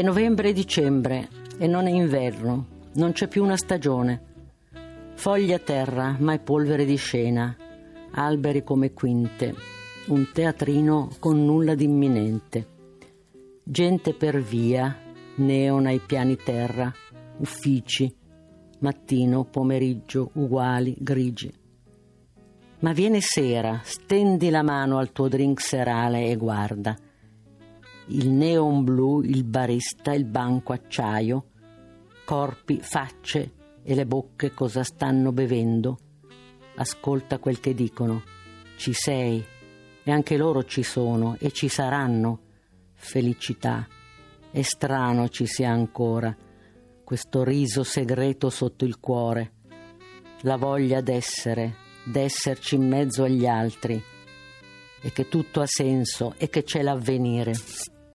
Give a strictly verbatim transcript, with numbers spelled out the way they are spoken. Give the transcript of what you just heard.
È novembre e dicembre e non è inverno, non c'è più una stagione. Foglie a terra, mai polvere di scena, alberi come quinte, un teatrino con nulla di imminente. Gente per via, neon ai piani terra, uffici, mattino, pomeriggio, uguali, grigi. Ma viene sera, stendi la mano al tuo drink serale e guarda. Il neon blu, il barista, il banco acciaio, corpi, facce e le bocche cosa stanno bevendo. Ascolta quel che dicono. Ci sei, e anche loro ci sono e ci saranno. Felicità. È strano ci sia ancora questo riso segreto sotto il cuore, la voglia d'essere, d'esserci in mezzo agli altri, e che tutto ha senso e che c'è l'avvenire.